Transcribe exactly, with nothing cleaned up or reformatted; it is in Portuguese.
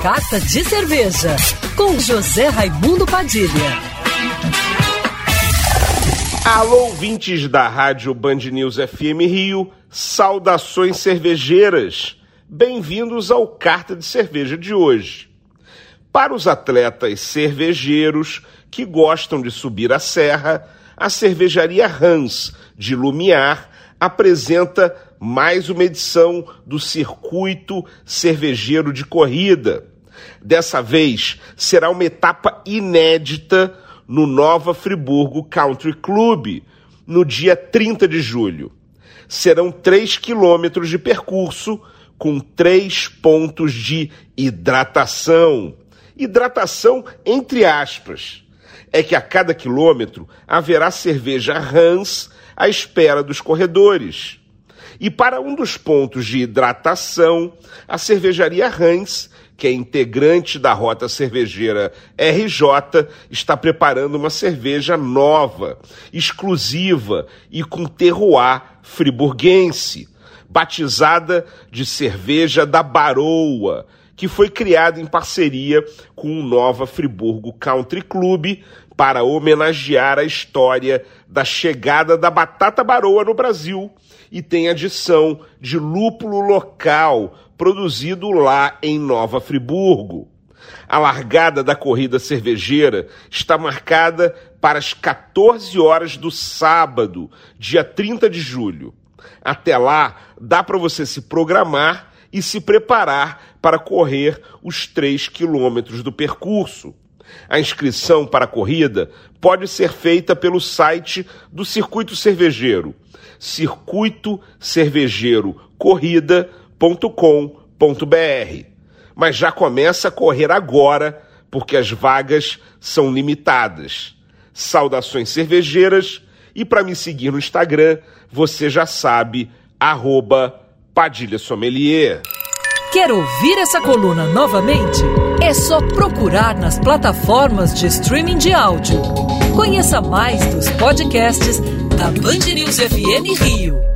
Carta de Cerveja, com José Raimundo Padilha. Alô, ouvintes da Rádio Band News F M Rio, saudações cervejeiras. Bem-vindos ao Carta de Cerveja de hoje. Para os atletas cervejeiros que gostam de subir a serra, a cervejaria Hans, de Lumiar, apresenta mais uma edição do Circuito Cervejeiro de Corrida. Dessa vez, será uma etapa inédita no Nova Friburgo Country Club, no dia trinta de julho. Serão três quilômetros de percurso com três pontos de hidratação. Hidratação entre aspas. É que a cada quilômetro haverá cerveja Hans à espera dos corredores. E para um dos pontos de hidratação, a cervejaria Hans, que é integrante da Rota Cervejeira R J, está preparando uma cerveja nova, exclusiva e com terroir friburguense, batizada de Cerveja da Baroa, que foi criada em parceria com o Nova Friburgo Country Club para homenagear a história da chegada da batata baroa no Brasil e tem adição de lúpulo local produzido lá em Nova Friburgo. A largada da corrida cervejeira está marcada para as quatorze horas do sábado, dia trinta de julho. Até lá, dá para você se programar e se preparar para correr os três quilômetros do percurso. A inscrição para a corrida pode ser feita pelo site do Circuito Cervejeiro, circuito cervejeiro corrida ponto com ponto b r. Mas já começa a correr agora, porque as vagas são limitadas. Saudações cervejeiras, e para me seguir no Instagram, você já sabe, arroba Padilha Sommelier. Quer ouvir essa coluna novamente? É só procurar nas plataformas de streaming de áudio. Conheça mais dos podcasts da Band News F M Rio.